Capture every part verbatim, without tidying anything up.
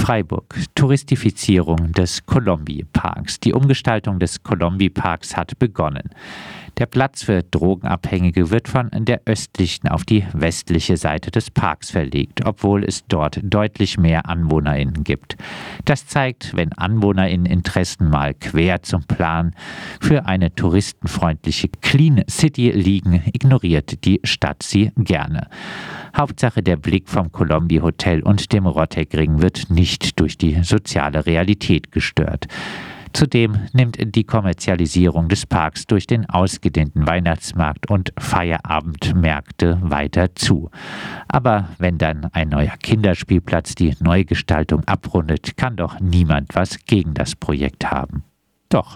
Freiburg. Touristifizierung des Kolombi-Parks. Die Umgestaltung des Kolombi-Parks hat begonnen. Der Platz für Drogenabhängige wird von der östlichen auf die westliche Seite des Parks verlegt, obwohl es dort deutlich mehr AnwohnerInnen gibt. Das zeigt, wenn AnwohnerInnen Interessen mal quer zum Plan für eine touristenfreundliche Clean City liegen, ignoriert die Stadt sie gerne. Hauptsache, der Blick vom Colombi Hotel und dem Rotteckring wird nicht durch die soziale Realität gestört. Zudem nimmt die Kommerzialisierung des Parks durch den ausgedehnten Weihnachtsmarkt und Feierabendmärkte weiter zu. Aber wenn dann ein neuer Kinderspielplatz die Neugestaltung abrundet, kann doch niemand was gegen das Projekt haben. Doch.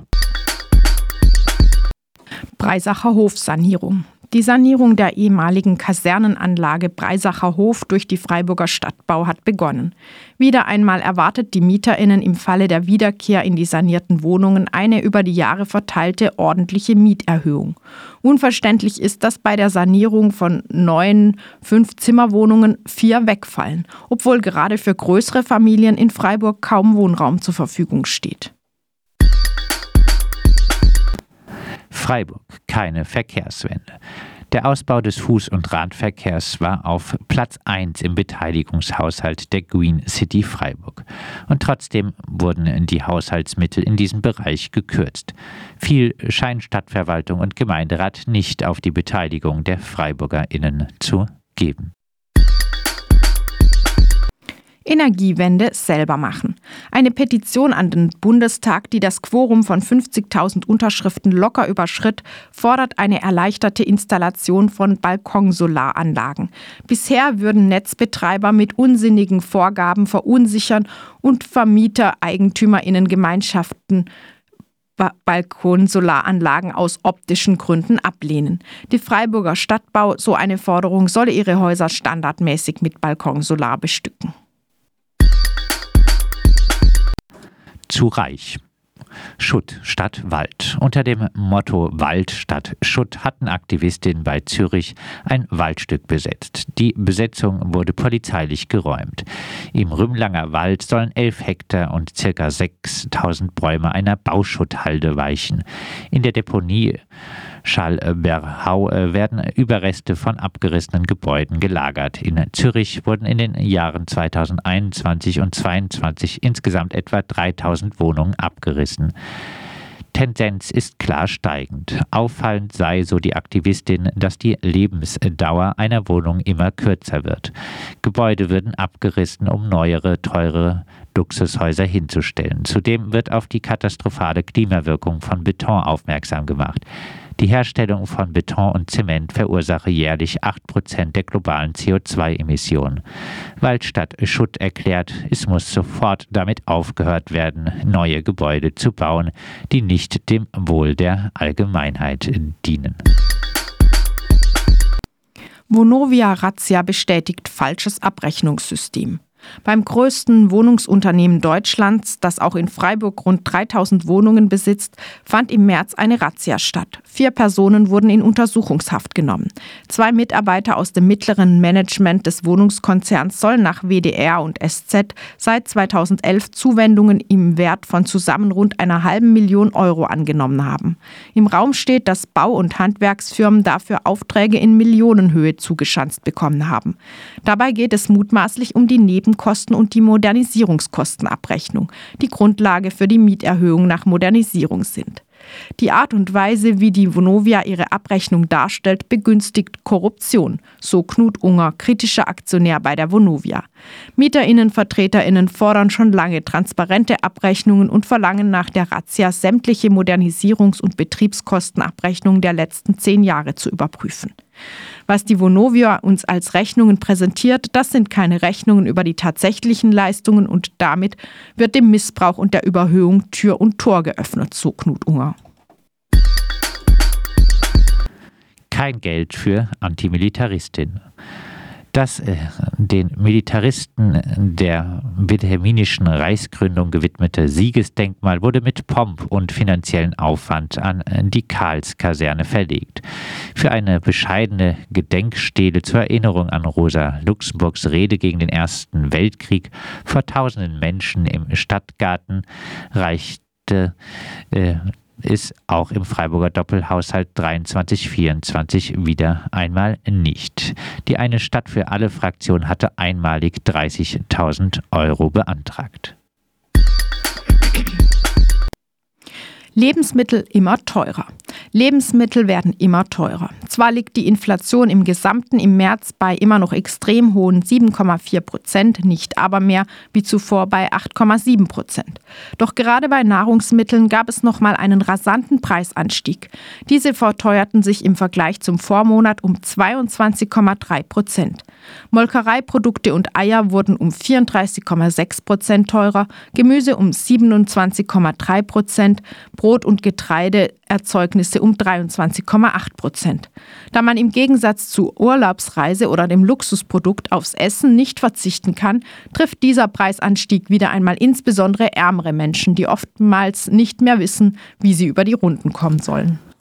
Breisacher Hofsanierung. Die Sanierung der ehemaligen Kasernenanlage Breisacher Hof durch die Freiburger Stadtbau hat begonnen. Wieder einmal erwartet die MieterInnen im Falle der Wiederkehr in die sanierten Wohnungen eine über die Jahre verteilte ordentliche Mieterhöhung. Unverständlich ist, dass bei der Sanierung von neun Fünf-Zimmer-Wohnungen vier wegfallen, obwohl gerade für größere Familien in Freiburg kaum Wohnraum zur Verfügung steht. Freiburg, keine Verkehrswende. Der Ausbau des Fuß- und Radverkehrs war auf Platz eins im Beteiligungshaushalt der Green City Freiburg. Und trotzdem wurden die Haushaltsmittel in diesem Bereich gekürzt. Viel scheint Stadtverwaltung und Gemeinderat nicht auf die Beteiligung der FreiburgerInnen zu geben. Energiewende selber machen. Eine Petition an den Bundestag, die das Quorum von fünfzigtausend Unterschriften locker überschritt, fordert eine erleichterte Installation von Balkonsolaranlagen. Bisher würden Netzbetreiber mit unsinnigen Vorgaben verunsichern und Vermieter, EigentümerInnen-Gemeinschaften Balkonsolaranlagen aus optischen Gründen ablehnen. Die Freiburger Stadtbau, so eine Forderung, solle ihre Häuser standardmäßig mit Balkonsolar bestücken. Zu reich. Schutt statt Wald. Unter dem Motto Wald statt Schutt hatten Aktivistinnen bei Zürich ein Waldstück besetzt. Die Besetzung wurde polizeilich geräumt. Im Rümlanger Wald sollen elf Hektar und ca. sechstausend Bäume einer Bauschutthalde weichen. In der Deponie Schalberhau werden Überreste von abgerissenen Gebäuden gelagert. In Zürich wurden in den Jahren zweitausendeinundzwanzig und zweitausendzweiundzwanzig insgesamt etwa dreitausend Wohnungen abgerissen. Tendenz ist klar steigend. Auffallend sei, so die Aktivistin, dass die Lebensdauer einer Wohnung immer kürzer wird. Gebäude würden abgerissen, um neuere, teure Luxushäuser hinzustellen. Zudem wird auf die katastrophale Klimawirkung von Beton aufmerksam gemacht. Die Herstellung von Beton und Zement verursache jährlich acht Prozent der globalen C O zwei Emissionen. Wald statt Schutt erklärt, es muss sofort damit aufgehört werden, neue Gebäude zu bauen, die nicht dem Wohl der Allgemeinheit dienen. Vonovia-Razzia bestätigt falsches Abrechnungssystem. Beim größten Wohnungsunternehmen Deutschlands, das auch in Freiburg rund dreitausend Wohnungen besitzt, fand im März eine Razzia statt. Vier Personen wurden in Untersuchungshaft genommen. Zwei Mitarbeiter aus dem mittleren Management des Wohnungskonzerns sollen nach W D R und S Z seit zweitausendelf Zuwendungen im Wert von zusammen rund einer halben Million Euro angenommen haben. Im Raum steht, dass Bau- und Handwerksfirmen dafür Aufträge in Millionenhöhe zugeschanzt bekommen haben. Dabei geht es mutmaßlich um die Nebenkosten und die Modernisierungskostenabrechnung, die Grundlage für die Mieterhöhung nach Modernisierung sind. Die Art und Weise, wie die Vonovia ihre Abrechnung darstellt, begünstigt Korruption, so Knut Unger, kritischer Aktionär bei der Vonovia. MieterInnen, VertreterInnen fordern schon lange transparente Abrechnungen und verlangen nach der Razzia sämtliche Modernisierungs- und Betriebskostenabrechnungen der letzten zehn Jahre zu überprüfen. Was die Vonovia uns als Rechnungen präsentiert, das sind keine Rechnungen über die tatsächlichen Leistungen und damit wird dem Missbrauch und der Überhöhung Tür und Tor geöffnet, so Knut Unger. Kein Geld für Antimilitaristinnen. Das äh, den Militaristen der wilhelminischen Reichsgründung gewidmete Siegesdenkmal wurde mit Pomp und finanziellen Aufwand an die Karlskaserne verlegt. Für eine bescheidene Gedenkstele zur Erinnerung an Rosa Luxemburgs Rede gegen den Ersten Weltkrieg vor tausenden Menschen im Stadtgarten reichte äh, ist auch im Freiburger Doppelhaushalt dreiundzwanzig vierundzwanzig wieder einmal nicht. Die Eine Stadt für alle Fraktion hatte einmalig dreißigtausend Euro beantragt. Lebensmittel immer teurer. Lebensmittel werden immer teurer. Zwar liegt die Inflation im Gesamten im März bei immer noch extrem hohen sieben Komma vier Prozent, nicht aber mehr wie zuvor bei acht Komma sieben Prozent. Doch gerade bei Nahrungsmitteln gab es nochmal einen rasanten Preisanstieg. Diese verteuerten sich im Vergleich zum Vormonat um zweiundzwanzig Komma drei Prozent. Molkereiprodukte und Eier wurden um vierunddreißig Komma sechs Prozent teurer, Gemüse um siebenundzwanzig Komma drei Prozent, Brot- und Getreideerzeugnisse um dreiundzwanzig Komma acht Prozent. Da man im Gegensatz zu Urlaubsreise oder dem Luxusprodukt aufs Essen nicht verzichten kann, trifft dieser Preisanstieg wieder einmal insbesondere ärmere Menschen, die oftmals nicht mehr wissen, wie sie über die Runden kommen sollen.